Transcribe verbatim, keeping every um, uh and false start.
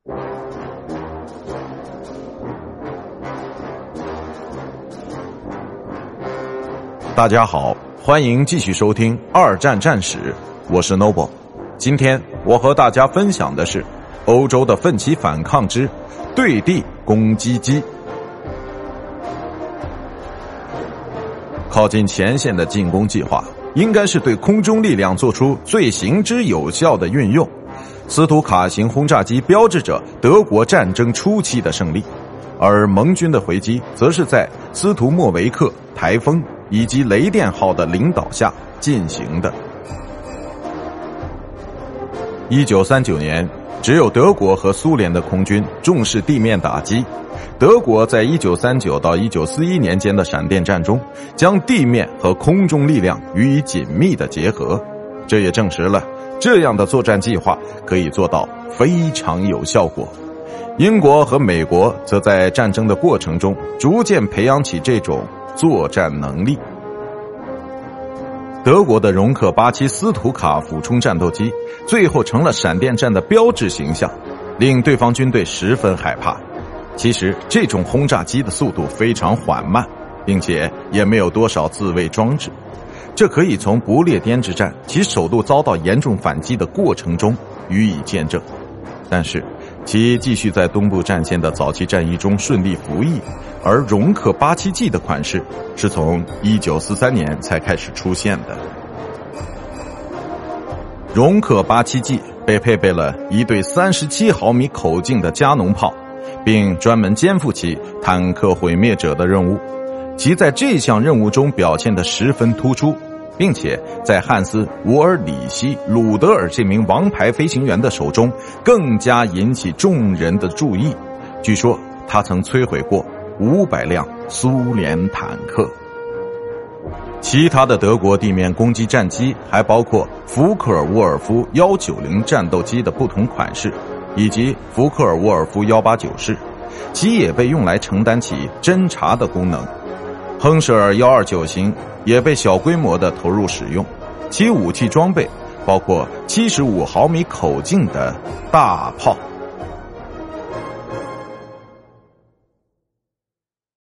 大家好，欢迎继续收听二战战史，我是 Noble。 今天我和大家分享的是欧洲的奋起反抗之对地攻击机。靠近前线的进攻计划应该是对空中力量做出最行之有效的运用。斯图卡型轰炸机标志着德国战争初期的胜利，而盟军的回击则是在斯图莫维克、台风以及雷电号的领导下进行的。一九三九年，只有德国和苏联的空军重视地面打击。德国在一九三九到一九四一年间的闪电战中，将地面和空中力量予以紧密的结合，这也证实了这样的作战计划可以做到非常有效果。英国和美国则在战争的过程中逐渐培养起这种作战能力。德国的容克八七斯图卡俯冲战斗机最后成了闪电战的标志形象，令对方军队十分害怕。其实这种轰炸机的速度非常缓慢，并且也没有多少自卫装置，这可以从不列颠之战其首度遭到严重反击的过程中予以见证。但是其继续在东部战线的早期战役中顺利服役，而容克八七 G 的款式是从一九四三年才开始出现的。容克八七 G 被配备了一对三十七毫米口径的加农炮，并专门肩负起坦克毁灭者的任务，其在这项任务中表现得十分突出，并且在汉斯·伍尔里希·鲁德尔这名王牌飞行员的手中更加引起众人的注意。据说他曾摧毁过五百辆苏联坦克。其他的德国地面攻击战机还包括福克尔沃尔夫一九零战斗机的不同款式，以及福克尔沃尔夫一八九式，其也被用来承担起侦察的功能。亨舍尔一二九型也被小规模的投入使用，其武器装备包括七十五毫米口径的大炮。